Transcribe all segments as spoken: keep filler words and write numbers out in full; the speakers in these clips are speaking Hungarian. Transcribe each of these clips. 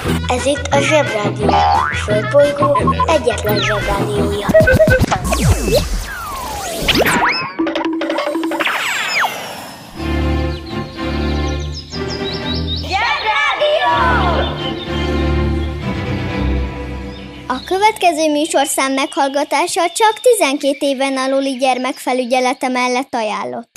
Ez itt a Zsebrádió, a Földbolygó egyetlen Zsebrádiója. Zsebrádió! A következő műsorszám meghallgatása csak tizenkét éven aluli gyermekfelügyelete mellett ajánlott.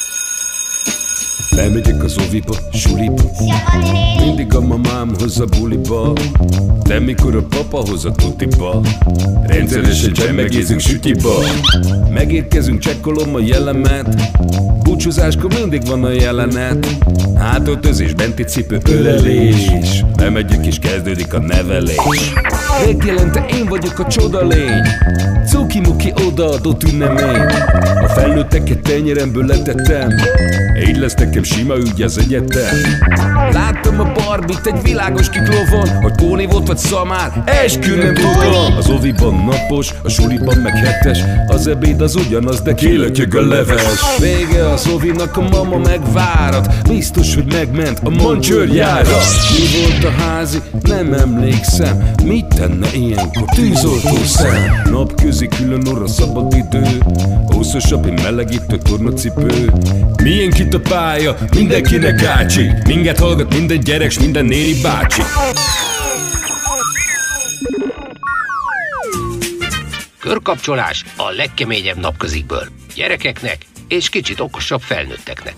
Bemegyek az oviba, suliba, mindig a mamám hoz a buliba, de mikor a papa hoz a tutiba, rendszeresen csemmegézünk sütiba. Megérkezünk, csekkolom a jellemet, búcsúzáskor mindig van a jelenet. Hátöltözés, benti cipő, ölelés, bemegyek és kezdődik a nevelés. Megjelente én vagyok a csoda lény, cuki-muki odaadott ünnemény. A felnőtteket tenyeremből letettem, így lesz nekem sima ügy az egyetem. Láttam a Barbit egy világos kiklovon, hogy Póni volt vagy szamár, eskü nem tudom. Az oviban napos, a suliban meg hetes, az ebéd az ugyanaz, de kilötyög a leves. Vége az ovinak, a mama megvárat, biztos, hogy megment a mancsőrjára. Mi volt a házi? Nem emlékszem, mit tenne ilyenkor tűzoltó szem? Napközi külön orra szabad idő, húszosabb egy melegítő tornacipő. Milyen kit a pálya, mindenkinek ácsi, minket hallgat minden gyerek s minden néri bácsi. Körkapcsolás a legkeményebb napközikből. Gyerekeknek és kicsit okosabb felnőtteknek.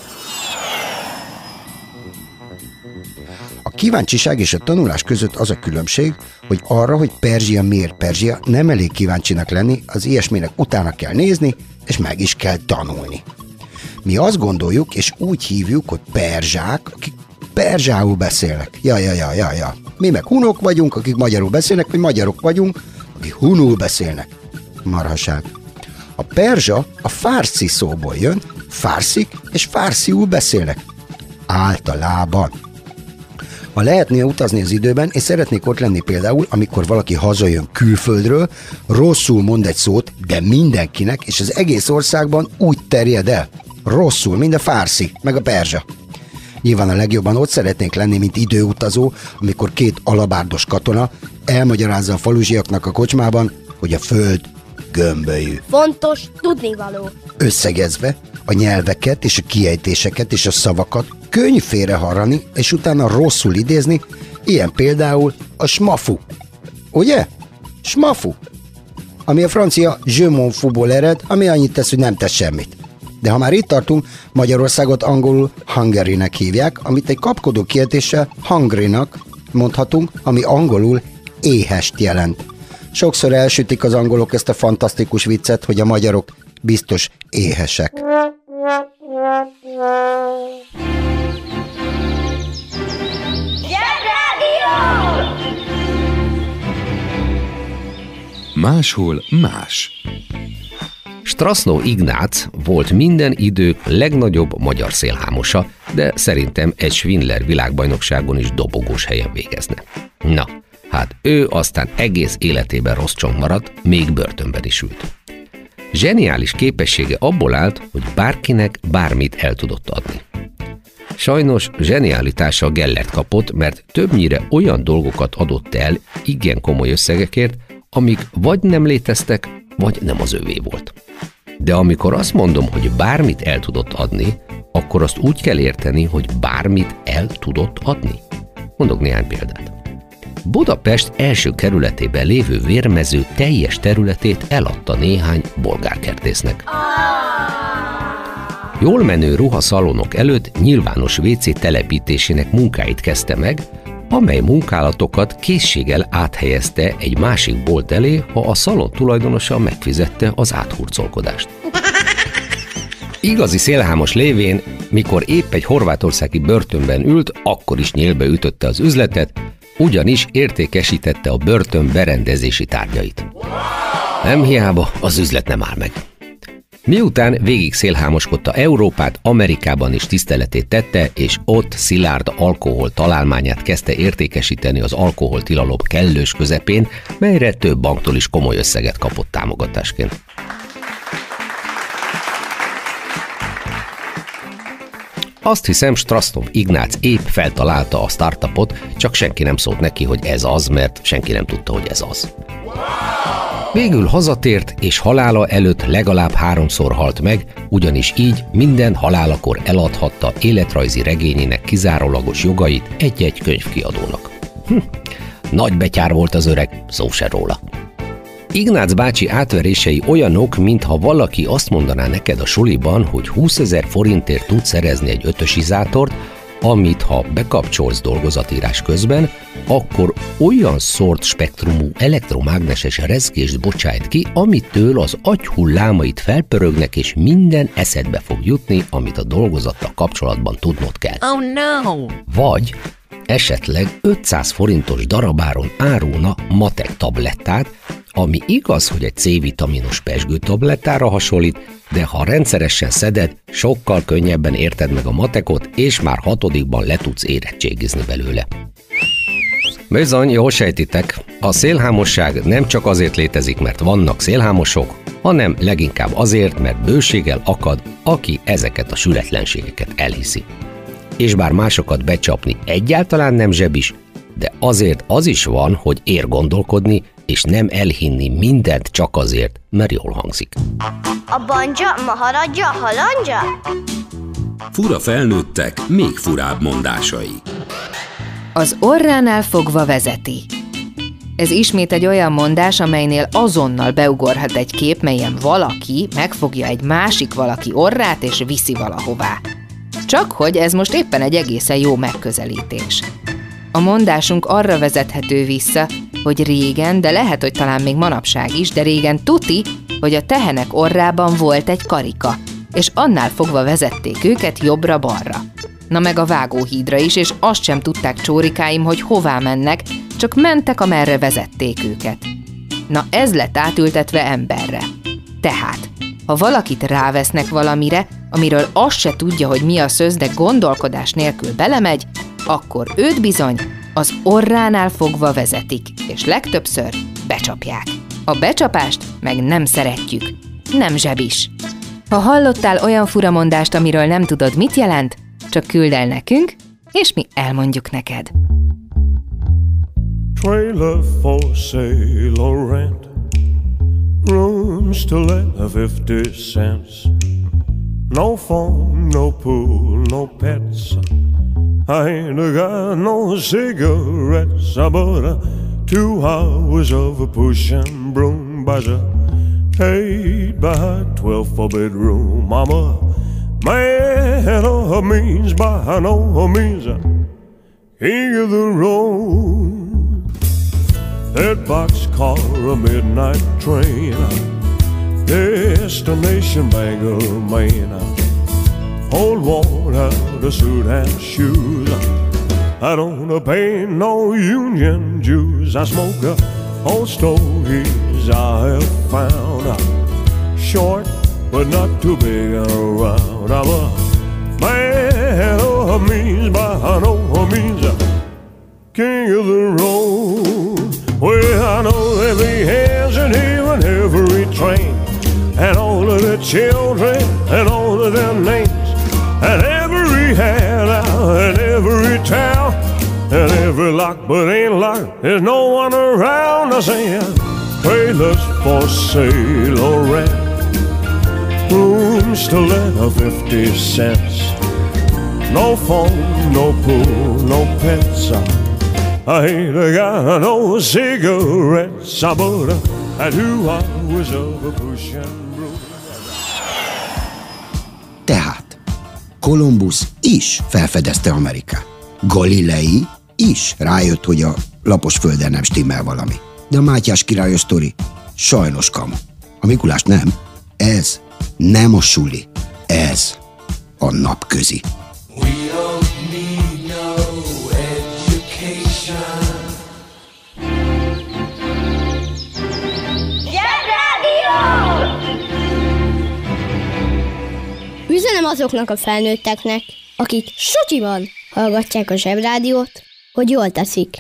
A kíváncsiság és a tanulás között az a különbség, hogy arra, hogy Perzsia miért Perzsia, nem elég kíváncsinak lenni, az ilyesminek utána kell nézni, és meg is kell tanulni. Mi azt gondoljuk, és úgy hívjuk, hogy perzsák, akik perzsául beszélnek. Ja, ja, ja, ja, ja. Mi meg hunok vagyunk, akik magyarul beszélnek, vagy magyarok vagyunk, akik hunul beszélnek. Marhaság. A perzsa a fárszi szóból jön, fárszik és fársziul beszélnek. Általában. Ha lehetne utazni az időben, és szeretnék ott lenni például, amikor valaki hazajön külföldről, rosszul mond egy szót, de mindenkinek, és az egész országban úgy terjed el. Rosszul, mind a fárszi, meg a perzsa. Nyilván a legjobban ott szeretnék lenni, mint időutazó, amikor két alabárdos katona elmagyarázza a faluzsiaknak a kocsmában, hogy a föld gömbölyű. Fontos tudnivaló. Összegezve a nyelveket és a kiejtéseket és a szavakat könnyű félreharrani, és utána rosszul idézni, ilyen például a smafu. Ugye? Smafu. Ami a francia je m'en fous-ból ered, ami annyit tesz, hogy nem tesz semmit. De ha már itt tartunk, Magyarországot angolul Hungary-nek hívják, amit egy kapkodó kiejtéssel hungry-nak mondhatunk, ami angolul éhest jelent. Sokszor elsütik az angolok ezt a fantasztikus viccet, hogy a magyarok biztos éhesek. Máshol más. Strasznó Ignác volt minden idők legnagyobb magyar szélhámosa, de szerintem egy Schwindler világbajnokságon is dobogós helyen végezne. Na, hát ő aztán egész életében rossz csont maradt, még börtönben is ült. Zseniális képessége abból állt, hogy bárkinek bármit el tudott adni. Sajnos zsenialitása Gellert kapott, mert többnyire olyan dolgokat adott el igen komoly összegekért, amik vagy nem léteztek, vagy nem az övé volt. De amikor azt mondom, hogy bármit el tudott adni, akkor azt úgy kell érteni, hogy bármit el tudott adni. Mondok néhány példát. Budapest első kerületében lévő vérmező teljes területét eladta néhány bolgárkertésznek. Jól menő ruhaszalonok előtt nyilvános vé cé telepítésének munkáit kezdte meg, amely munkálatokat készséggel áthelyezte egy másik bolt elé, ha a szalon tulajdonosa megfizette az áthurcolkodást. Igazi szélhámos lévén, mikor épp egy horvátországi börtönben ült, akkor is nyélbe ütötte az üzletet, ugyanis értékesítette a börtön berendezési tárgyait. Nem hiába, az üzlet nem áll meg. Miután végig szélhámoskodta Európát, Amerikában is tiszteletét tette, és ott szilárd alkohol találmányát kezdte értékesíteni az alkoholtilalom kellős közepén, melyre több banktól is komoly összeget kapott támogatásként. Azt hiszem, Strasznov Ignác épp feltalálta a startupot, csak senki nem szólt neki, hogy ez az, mert senki nem tudta, hogy ez az. Végül hazatért, és halála előtt legalább háromszor halt meg, ugyanis így minden halálakor eladhatta életrajzi regényének kizárólagos jogait egy-egy könyvkiadónak. Hm, nagy betyár volt az öreg, szó se róla. Ignác bácsi átverései olyanok, mintha valaki azt mondaná neked a suliban, hogy húszezer forintért tudsz szerezni egy ötösizátort, amit ha bekapcsolsz dolgozatírás közben, akkor olyan szort spektrumú elektromágneses rezgést bocsájt ki, amitől az agyhullámait felpörögnek, és minden eszedbe fog jutni, amit a dolgozattal kapcsolatban tudnod kell. Oh no! Vagy esetleg ötszáz forintos darabáron árulna matek tablettát, ami igaz, hogy egy C-vitaminos pezsgőtablettára hasonlít, de ha rendszeresen szeded, sokkal könnyebben érted meg a matekot, és már hatodikban le tudsz érettségizni belőle. Bizony, jól sejtitek, a szélhámosság nem csak azért létezik, mert vannak szélhámosok, hanem leginkább azért, mert bőséggel akad, aki ezeket a sületlenségeket elhiszi. És bár másokat becsapni egyáltalán nem zsebis, de azért az is van, hogy ér gondolkodni, és nem elhinni mindent csak azért, mert jól hangzik. A banja, maharadja, halandja? Fura felnőttek, még furább mondásai. Az orránál fogva vezeti. Ez ismét egy olyan mondás, amelynél azonnal beugorhat egy kép, melyen valaki megfogja egy másik valaki orrát és viszi valahová. Csak hogy ez most éppen egy egészen jó megközelítés. A mondásunk arra vezethető vissza, hogy régen, de lehet, hogy talán még manapság is, de régen tuti, hogy a tehenek orrában volt egy karika, és annál fogva vezették őket jobbra-balra. Na meg a vágóhídra is, és azt sem tudták csórikáim, hogy hová mennek, csak mentek, amerre vezették őket. Na ez lett átültetve emberre. Tehát, ha valakit rávesznek valamire, amiről azt se tudja, hogy mi a szösz, de gondolkodás nélkül belemegy, akkor őt bizony az orránál fogva vezetik, és legtöbbször becsapják. A becsapást meg nem szeretjük, nem zsebis. Ha hallottál olyan furamondást, amiről nem tudod, mit jelent, csak küld el nekünk, és mi elmondjuk neked. Trailer for sale or rent, rooms to let fifty cents. No phone, no pool, no pets. I ain't got no cigarettes, but uh, two hours of a push and broom buys a eight by twelve for bedroom. I'm a man of means by no means a king of the road. That boxcar, a midnight train, destination Bangor, Maine. Old worn out a suit and shoes. I don't pay no union dues. I smoke a old stogies I have found. Short but not too big around. I'm a man of means by no means a king of the road. Well, I know every hands and even every train, and all of the children and all of their names, and every handout and every town, and every lock but ain't locked. There's no one around. I say trailers for sale or rent, rooms to let of fifty cents. No phone, no pool, no pets. I ain't got no cigarettes. I bought a two hours of a push and broom. Tehát Kolumbusz is felfedezte Amerikát. Galilei is rájött, hogy a lapos földön nem stimmel valami. De a Mátyás királyos sztori sajnos kamu. A Mikulás nem. Ez nem a suli. Ez a napközi. Üzenem azoknak a felnőtteknek, akik sutyiban hallgatják a Zsebrádiót, hogy jól teszik.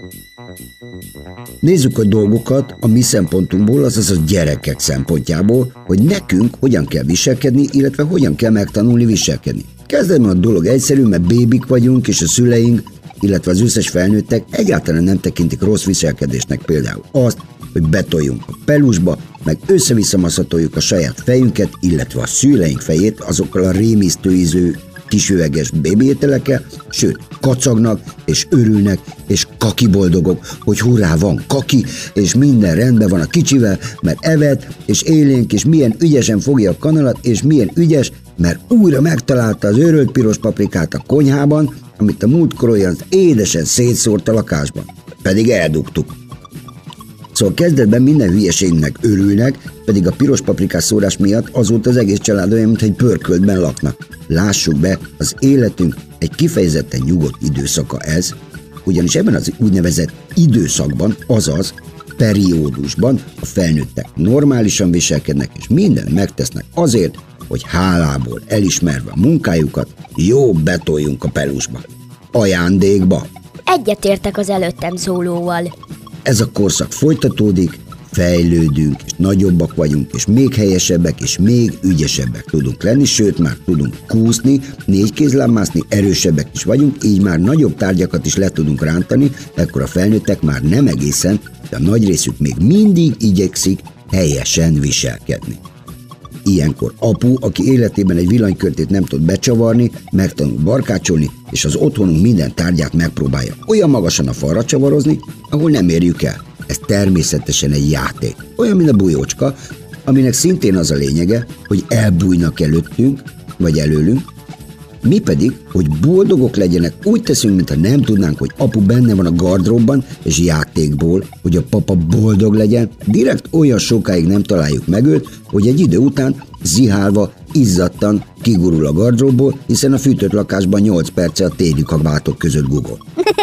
Nézzük a dolgokat a mi szempontunkból, azaz a gyerekek szempontjából, hogy nekünk hogyan kell viselkedni, illetve hogyan kell megtanulni viselkedni. kezdetben a dolog egyszerű, mert bébik vagyunk, és a szüleink, illetve az összes felnőttek egyáltalán nem tekintik rossz viselkedésnek például azt, hogy betoljunk a pelusba, meg össze-visszamaszatoljuk a saját fejünket, illetve a szüleink fejét azokkal a rémisztő ízű kisüveges bébiételekkel, sőt, kacagnak, és örülnek, és kakiboldogok, hogy hurrá, van kaki, és minden rendben van a kicsivel, mert evett, és élénk, és milyen ügyesen fogja a kanalat, és milyen ügyes, mert újra megtalálta az őrölt piros paprikát a konyhában, amit a múltkor olyan édesen szétszórt a lakásban. Pedig eldugtuk. Szóval kezdetben minden hülyeségnek örülnek, pedig a piros paprikás szórás miatt azóta az egész család olyan, mintha egy pörköltben laknak. Lássuk be, az életünk egy kifejezetten nyugodt időszaka ez, ugyanis ebben az úgynevezett időszakban, azaz periódusban a felnőttek normálisan viselkednek, és mindent megtesznek azért, hogy hálából elismerve a munkájukat, jó betoljunk a pelusba. Ajándékba. Egyetértek az előttem szólóval. Ez a korszak folytatódik, fejlődünk, és nagyobbak vagyunk, és még helyesebbek, és még ügyesebbek tudunk lenni, sőt már tudunk kúszni, négy kézláb mászni, erősebbek is vagyunk, így már nagyobb tárgyakat is le tudunk rántani, ekkor a felnőttek már nem egészen, de a nagy részük még mindig igyekszik helyesen viselkedni. Ilyenkor apu, aki életében egy villanykörtét nem tud becsavarni, megtanul barkácsolni, és az otthonunk minden tárgyát megpróbálja olyan magasan a falra csavarozni, ahol nem érjük el. Ez természetesen egy játék. Olyan, mint a bujócska, aminek szintén az a lényege, hogy elbújnak előttünk, vagy előlünk, mi pedig, hogy boldogok legyenek, úgy teszünk, mintha nem tudnánk, hogy apu benne van a gardróbban, és játékból, hogy a papa boldog legyen, direkt olyan sokáig nem találjuk meg őt, hogy egy idő után zihálva, izzadtan kigurul a gardróbból, hiszen a fűtött lakásban nyolc perce a téli kabátok között gugol.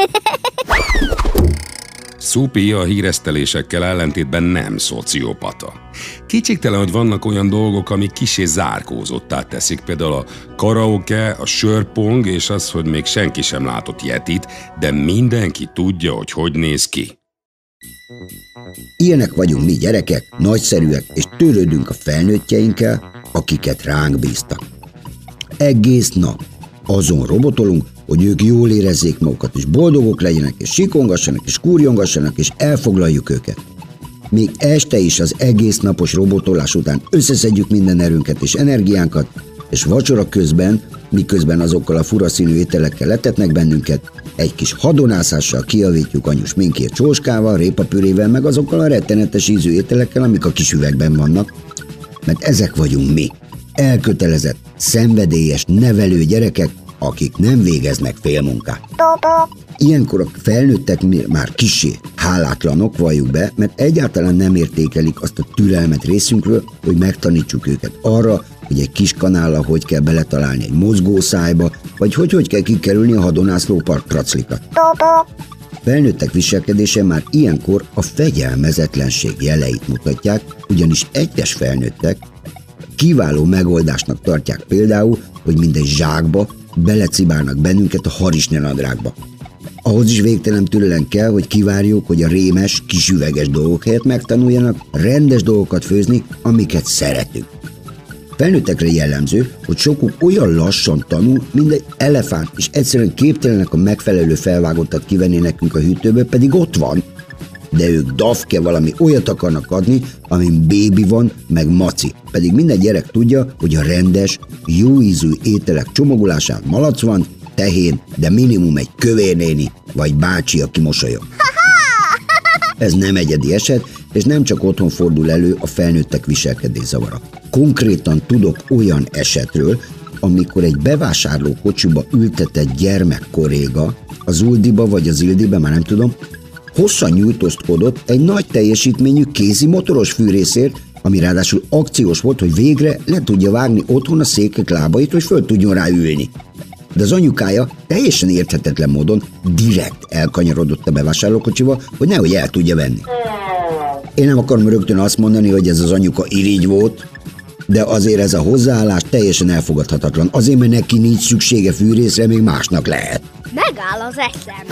Szupi a híresztelésekkel ellentétben nem szociopata. Kétségtelen, hogy vannak olyan dolgok, amik kissé zárkózottá teszik, például a karaoke, a sörpong, és az, hogy még senki sem látott Yetit, de mindenki tudja, hogy hogy néz ki. Ilyenek vagyunk mi gyerekek, nagyszerűek, és törődünk a felnőttjeinkkel, akiket ránk bíztak. Egész nap azon robotolunk, hogy ők jól érezzék magukat, és boldogok legyenek, és sikongassanak, és kurjongassanak, és elfoglaljuk őket. Még este is az egész napos robotolás után összeszedjük minden erőnket és energiánkat, és vacsora közben, miközben azokkal a furaszínű ételekkel letetnek bennünket, egy kis hadonászással kijavítjuk anyu sminkét csóskával, répapürével, meg azokkal a rettenetes ízű ételekkel, amik a kis üvegben vannak. Mert ezek vagyunk mi. Elkötelezett, szenvedélyes, nevelő gyerekek, akik nem végeznek félmunkát. Ilyenkor a felnőttek már kissé hálátlanok, valljuk be, mert egyáltalán nem értékelik azt a türelmet részünkről, hogy megtanítsuk őket arra, hogy egy kis kanállal hogy kell beletalálni egy mozgószájba, vagy hogy hogy kell kikerülni a hadonászló parkpraclikat. Felnőttek viselkedése már ilyenkor a fegyelmezetlenség jeleit mutatják, ugyanis egyes felnőttek kiváló megoldásnak tartják például, hogy mindegy zsákba belecibálnak bennünket a harisnyanadrágba. Ahhoz is végtelen türelem kell, hogy kivárjuk, hogy a rémes, kisüveges dolgok helyett megtanuljanak rendes dolgokat főzni, amiket szeretünk. Felnőttekre jellemző, hogy sokuk olyan lassan tanul, mint egy elefánt, és egyszerűen képtelenek a megfelelő felvágottat kivenni nekünk a hűtőből, pedig ott van. De ők dafke valami olyat akarnak adni, amin bébi van, meg maci. Pedig minden gyerek tudja, hogy a rendes, jó ízű ételek csomagolásán malac van, tehén, de minimum egy kövérnéni, vagy bácsi, aki mosolyog. Ez nem egyedi eset, és nem csak otthon fordul elő a felnőttek viselkedészavara. Konkrétan tudok olyan esetről, amikor egy bevásárló kocsiba ültetett gyermekkoréga, az Uldiba vagy az Ildibe, már nem tudom, hosszan nyújtózkodott egy nagy teljesítményű kézi motoros fűrészért, ami ráadásul akciós volt, hogy végre le tudja vágni otthon a székek lábait, hogy föl tudjon rá ülni. De az anyukája teljesen érthetetlen módon direkt elkanyarodott a bevásárlókocsival, hogy nehogy el tudja venni. Én nem akarom rögtön azt mondani, hogy ez az anyuka irigy volt, de azért ez a hozzáállás teljesen elfogadhatatlan. Azért, mert neki nincs szüksége fűrészre, még másnak lehet. Megáll az eszem.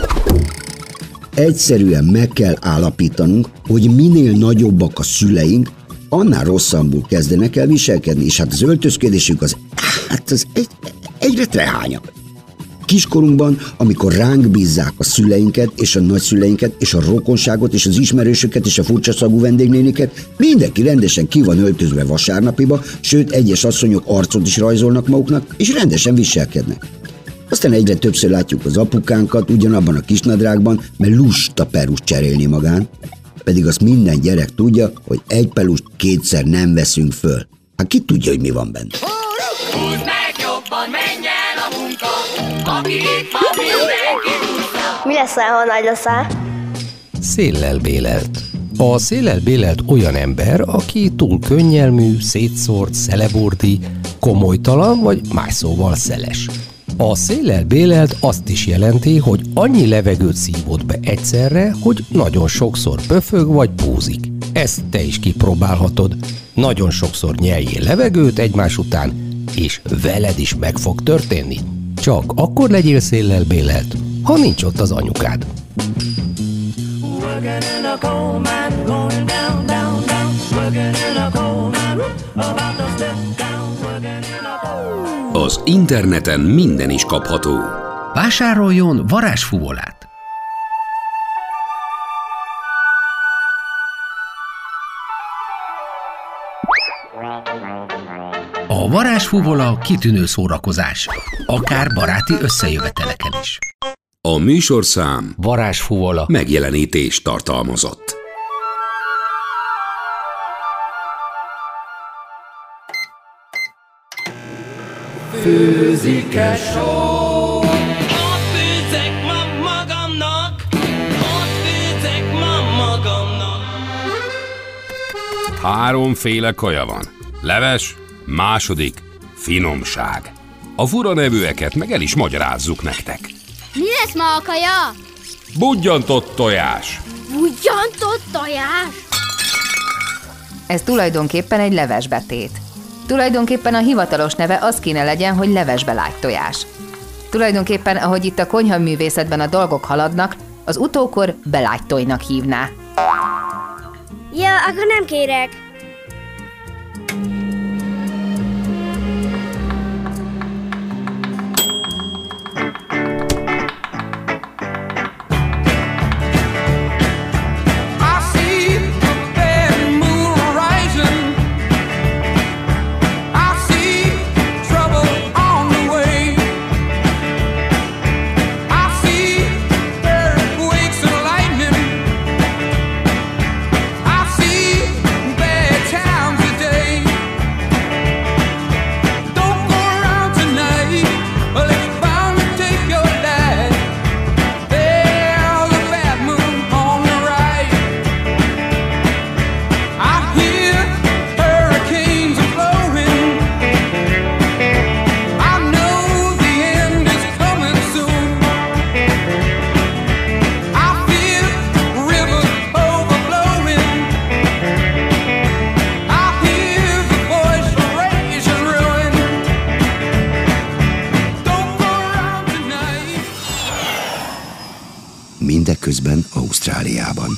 Egyszerűen meg kell állapítanunk, hogy minél nagyobbak a szüleink, annál rosszabbul kezdenek el viselkedni, és hát az öltözködésük az, hát az egy, egyre trehányak. Kiskorunkban, amikor ránk bízzák a szüleinket, és a nagyszüleinket, és a rokonságot, és az ismerősöket, és a furcsa szagú vendégnéniket, mindenki rendesen ki van öltözve vasárnapiba, sőt, egyes asszonyok arcot is rajzolnak maguknak, és rendesen viselkednek. Aztán egyre többször látjuk az apukánkat ugyanabban a kisnadrágban, mert lusta perust cserélni magán, pedig azt minden gyerek tudja, hogy egy pelust kétszer nem veszünk föl. Hát ki tudja, hogy mi van benne? Húzd meg jobban, menjen a munka, aki itt van, mindenki húzza. Mi lesz, ha nagy leszel? Széllel bélelt. A széllel bélelt olyan ember, aki túl könnyelmű, szétszórt, szeleburdi, komolytalan vagy más szóval szeles. A széllel bélelt azt is jelenti, hogy annyi levegőt szívott be egyszerre, hogy nagyon sokszor pöfög vagy búzik. Ezt te is kipróbálhatod. Nagyon sokszor nyeljél levegőt egymás után, és veled is meg fog történni. Csak akkor legyél széllel bélelt, ha nincs ott az anyukád. Az interneten minden is kapható. Vásároljon varázsfuvolát! A varázsfuvola kitűnő szórakozás, akár baráti összejöveteleken is. A műsorszám Varázsfuvola megjelenítést tartalmazott. Főzike só. Ott főzek ma magamnak, ott főzek ma magamnak. Háromféle kaja van. Leves, második, finomság. A fura nevűeket meg el is magyarázzuk nektek. Mi lesz ma a kaja? Budjantott tojás. Budjantott tojás? Ez tulajdonképpen egy levesbetét. Tulajdonképpen a hivatalos neve az kéne legyen, hogy levesbe lágy tojás. Tulajdonképpen, ahogy itt a konyhaművészetben a dolgok haladnak, az utókor belágytojnak hívná. Ja, akkor nem kérek. Mindeközben Ausztráliában.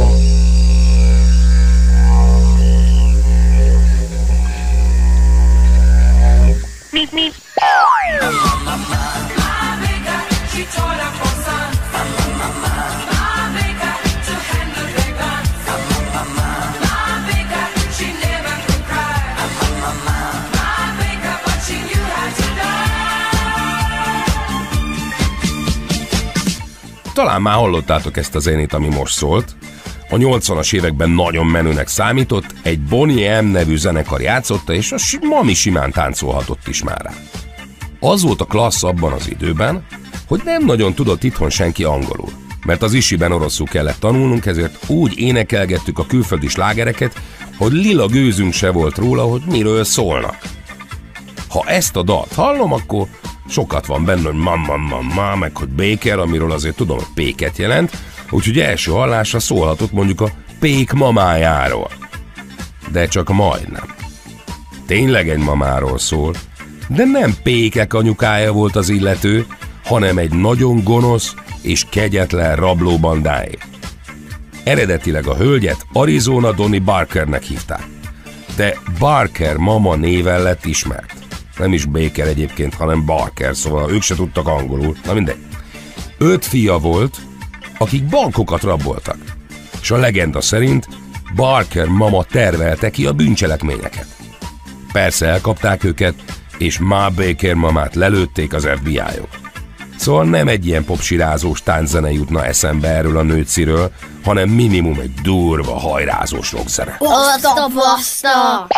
Talán már hallottátok ezt a zenét, ami most szólt. A nyolcvanas években nagyon menőnek számított, egy Boney M nevű zenekar játszotta, és a mami simán táncolhatott is már rá. Az volt a klassz abban az időben, hogy nem nagyon tudott itthon senki angolul, mert az isiben oroszul kellett tanulnunk, ezért úgy énekelgettük a külföldi slágereket, hogy lila gőzünk se volt róla, hogy miről szólnak. Ha ezt a dalt hallom, akkor sokat van benne, hogy mamma, mamma, meg hogy Baker, amiről azért tudom, hogy péket jelent, úgyhogy első hallásra szólhatott mondjuk a pék mamájáról. De csak majdnem. Tényleg egy mamáról szól, de nem pékek anyukája volt az illető, hanem egy nagyon gonosz és kegyetlen rablóbandáé. Eredetileg a hölgyet Arizona Donnie Barkernek hívták, de Barker mama néven lett ismert. Nem is Baker egyébként, hanem Barker, szóval ők se tudtak angolul. Na mindegy. Öt fia volt, akik bankokat raboltak. És a legenda szerint Barker mama tervelte ki a bűncselekményeket. Persze elkapták őket, és Ma Baker mamát lelőtték az ef bé i-ok. Szóval nem egy ilyen popsirázós tánczene jutna eszembe erről a nőciről, hanem minimum egy durva, hajrázós rockzene. Azt a baszta!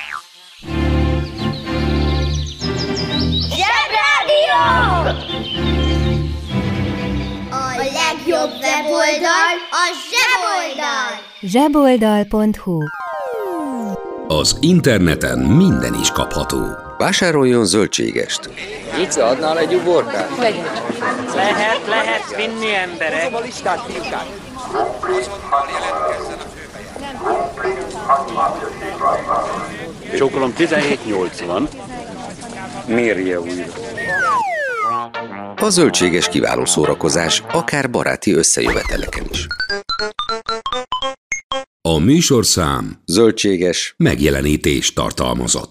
Zsebrádió! A legjobb weboldal a zseboldal! zseboldal pont hu. Az interneten minden is kapható. Vásároljon zöldségest. Ica, adnál egy uborkát? Lehet, lehet vinni emberek. Csókolom tizenhét nyolcvan. Mérje újra. A zöldséges kiváló szórakozás, akár baráti összejöveteleken is. A műsorszám zöldséges megjelenítést tartalmazott.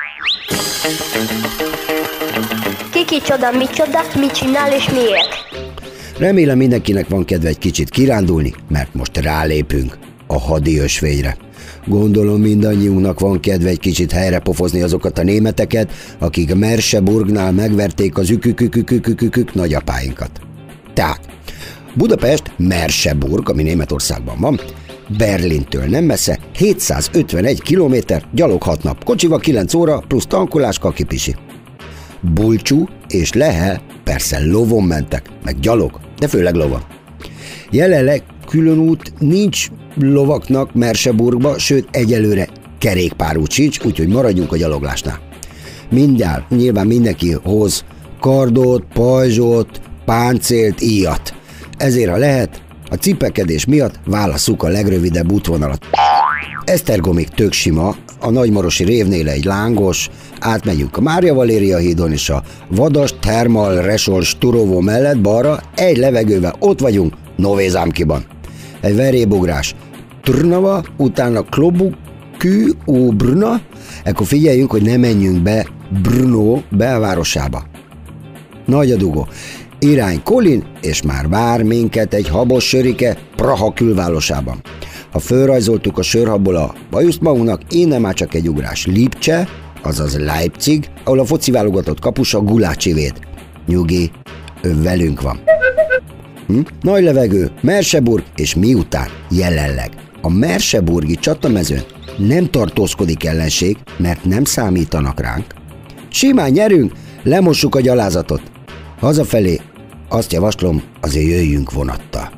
Ki kicsoda, micsoda, mit csinál és miért? Remélem mindenkinek van kedve egy kicsit kirándulni, mert most rálépünk a hadi ösvényre. Gondolom mindannyiunknak van kedve egy kicsit helyrepofozni azokat a németeket, akik a Merseburgnál megverték az ükükükükükükük nagyapáinkat. Tehát Budapest, Merseburg, ami Németországban van, Berlintől nem messze, hétszázötvenegy kilométer, gyalog hat nap, kocsival kilenc óra, plusz tankolás, kakipisi. Bulcsú és Lehel persze lovon mentek, meg gyalog, de főleg lovon. Jelenleg külön út nincs lovaknak Merseburgba, sőt egyelőre kerékpárút sincs, úgyhogy maradjunk a gyaloglásnál. Mindjárt, nyilván mindenki hoz kardot, pajzsot, páncélt, íjat. Ezért, ha lehet, a cipekedés miatt válasszuk a legrövidebb útvonalat. Esztergomig tök sima, a Nagymarosi révnél egy lángos, átmegyünk a Mária Valéria hídon, és a Vadas Thermal Resort Sturovó mellett balra egy levegővel ott vagyunk Novézámkiban. Egy verébugrás Trnava, utána Klobukű, ó Brna, ekkor figyeljünk, hogy ne menjünk be Brno belvárosába. Nagy a dugó. Irány Kolin, és már vár minket egy habos sörike Praha külvárosában. Ha fölrajzoltuk a sörhabból a bajuszt magunknak, innen már csak egy ugrás Lipcse, azaz Leipzig, ahol a foci válogatott kapusa Gulácsi véd. Nyugi, ő velünk van. Hm? Nagy levegő, Merseburg, és miután jelenleg a merseburgi csatamezőn nem tartózkodik ellenség, mert nem számítanak ránk, simán nyerünk, lemossuk a gyalázatot. Hazafelé azt javaslom, azért jöjjünk vonattal.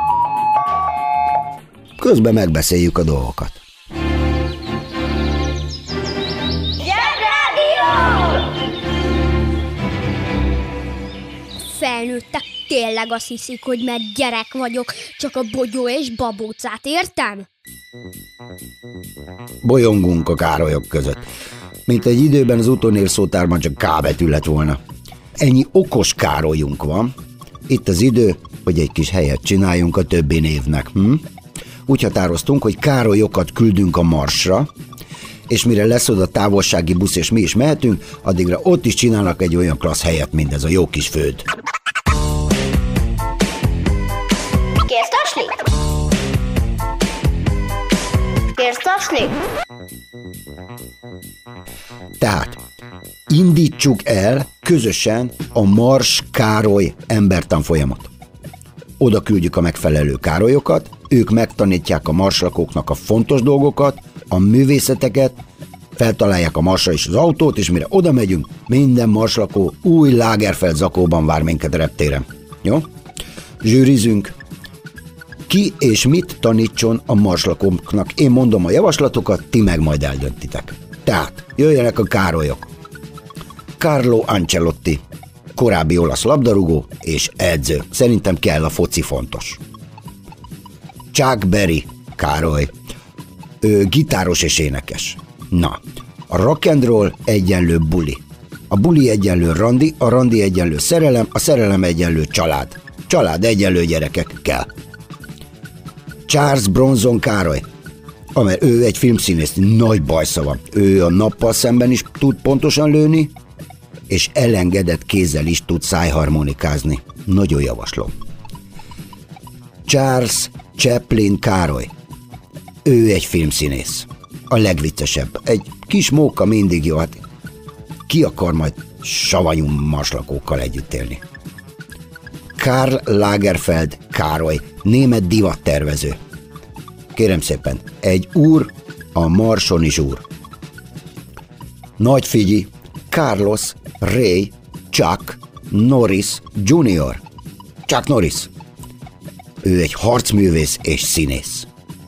Közben megbeszéljük a dolgokat. Felnőttek tényleg azt hiszik, hogy mert gyerek vagyok, csak a bogyó és babócát értem? Bolyongunk a Károlyok között. Mint egy időben az utónévszótárban csak K betű lett volna. Ennyi okos Károlyunk van. Itt az idő, hogy egy kis helyet csináljunk a többi névnek. Hm? Úgy határoztunk, hogy Károlyokat küldünk a Marsra, és mire lesz oda távolsági busz, és mi is mehetünk, addigra ott is csinálnak egy olyan klassz helyet, mint ez a jó kis föld. Kérsz tasni? Kérsz tasni? Tehát indítsuk el közösen a Mars Károly embertanfolyamot. Oda küldjük a megfelelő Károlyokat, ők megtanítják a marslakóknak a fontos dolgokat, a művészeteket, feltalálják a Marsra is az autót, és mire oda megyünk, minden marslakó új Lagerfeld zakóban vár minket reptéren. Jó? Zsűrizünk. Ki és mit tanítson a marslakóknak? Én mondom a javaslatokat, ti meg majd eldöntitek. Tehát jöjjenek a Károlyok. Carlo Ancelotti, korábbi olasz labdarúgó és edző. Szerintem kell, a foci fontos. Chuck Berry, Károly, ő gitáros és énekes. Na, a rock and roll egyenlő buli. A buli egyenlő randi, a randi egyenlő szerelem, a szerelem egyenlő család. Család egyenlő gyerekek kell. Charles Bronson Károly, Mert ő egy filmszínész, nagy bajsza van. Ő a nappal szemben is tud pontosan lőni, és elengedett kézzel is tud szájharmonikázni. Nagyon javaslom. Charles Chaplin Károly. Ő egy filmszínész. A legviccesebb. Egy kis móka mindig jó, hát ki akar majd savanyú marslakókkal együtt élni. Karl Lagerfeld Károly, német divattervező. Kérem szépen, egy úr a Marson is úr. Nagy figyi, Carlos Ray Chuck Norris junior Chuck Norris. Ő egy harcművész és színész.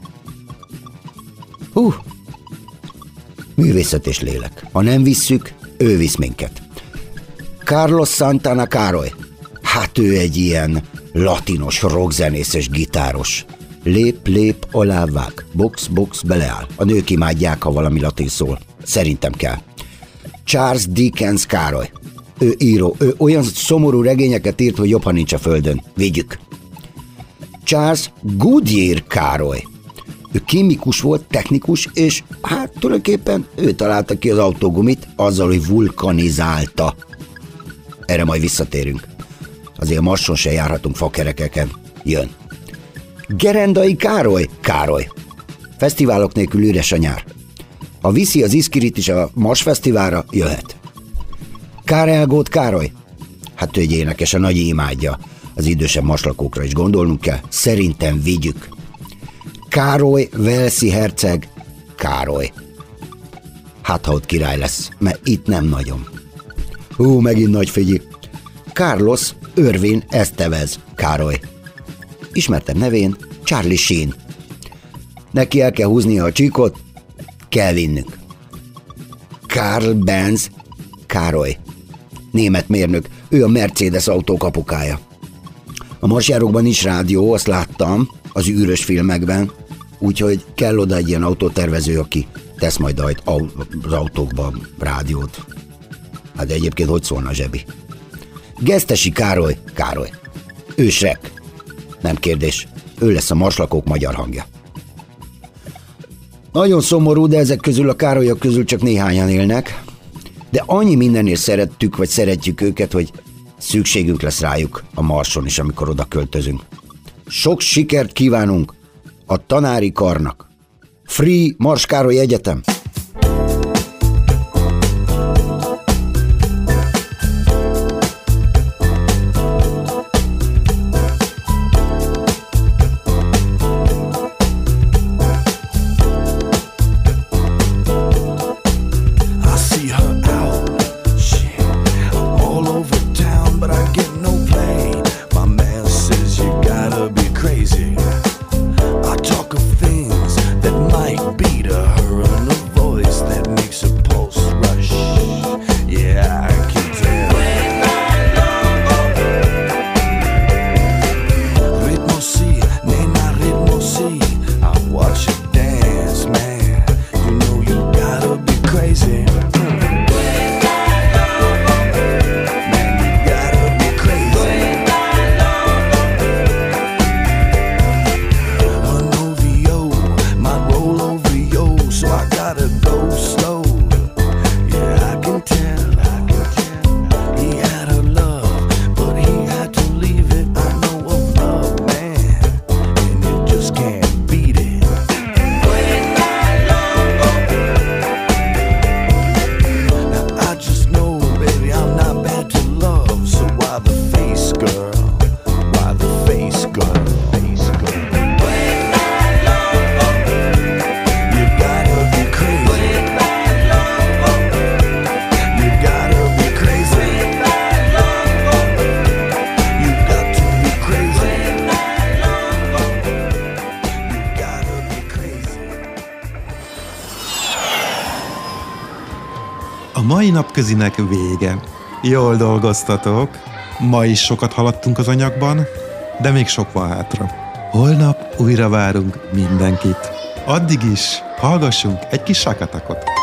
Hú, művészet és lélek. Ha nem visszük, ő visz minket. Carlos Santana Károly. Hát ő egy ilyen latinos rockzenész és gitáros. Lép, lép, alávág. Box, box, beleáll. A nők imádják, ha valami latin szól. Szerintem kell. Charles Dickens Károly. Ő író. Ő olyan szomorú regényeket írt, hogy jobb, ha nincs a földön. Vigyük. Charles Goodyear Károly. Ő kémikus volt, technikus, és hát tulajdonképpen ő találta ki az autógumit azzal, hogy vulkanizálta. Erre majd visszatérünk. Azért a Marson se járhatunk fakerekeken. Jön. Gerendai Károly Károly. Fesztiválok nélkül üres a nyár. Ha viszi az Iszkirit is a Mars Fesztiválra, jöhet. Karel Gott Károly. Hát ő egy énekes, a nagyi imádja. Az idősebb marslakókra is gondolnunk kell. Szerintem vigyük. Károly Velszi herceg Károly. Hát ha ott király lesz, mert itt nem nagyon. Hú, megint nagy figyi. Carlos Irvin Estevez Károly. Ismertebb nevén Charlie Sheen. Neki el kell húznia a csíkot, kell vinnünk. Karl Benz Károly. Német mérnök, ő a Mercedes autó kapukája. A marsjárókban is rádió, azt láttam, az űrös filmekben, úgyhogy kell oda egy ilyen autótervező, aki tesz majd az autókba rádiót. Hát de egyébként hogy szólna a zsebi? Gesztesi Károly Károly. Ő Shrek. Nem kérdés, ő lesz a marslakók magyar hangja. Nagyon szomorú, de ezek közül a Károlyak közül csak néhányan élnek, de annyi mindenért szerettük, vagy szeretjük őket, hogy szükségünk lesz rájuk a Marson is, amikor oda költözünk. Sok sikert kívánunk a tanári karnak. Free Mars Károly Egyetem! A mai napközinek vége. Jól dolgoztatok. Ma is sokat haladtunk az anyagban, de még sok van hátra. Holnap újra várunk mindenkit. Addig is hallgassunk egy kis sakatakot.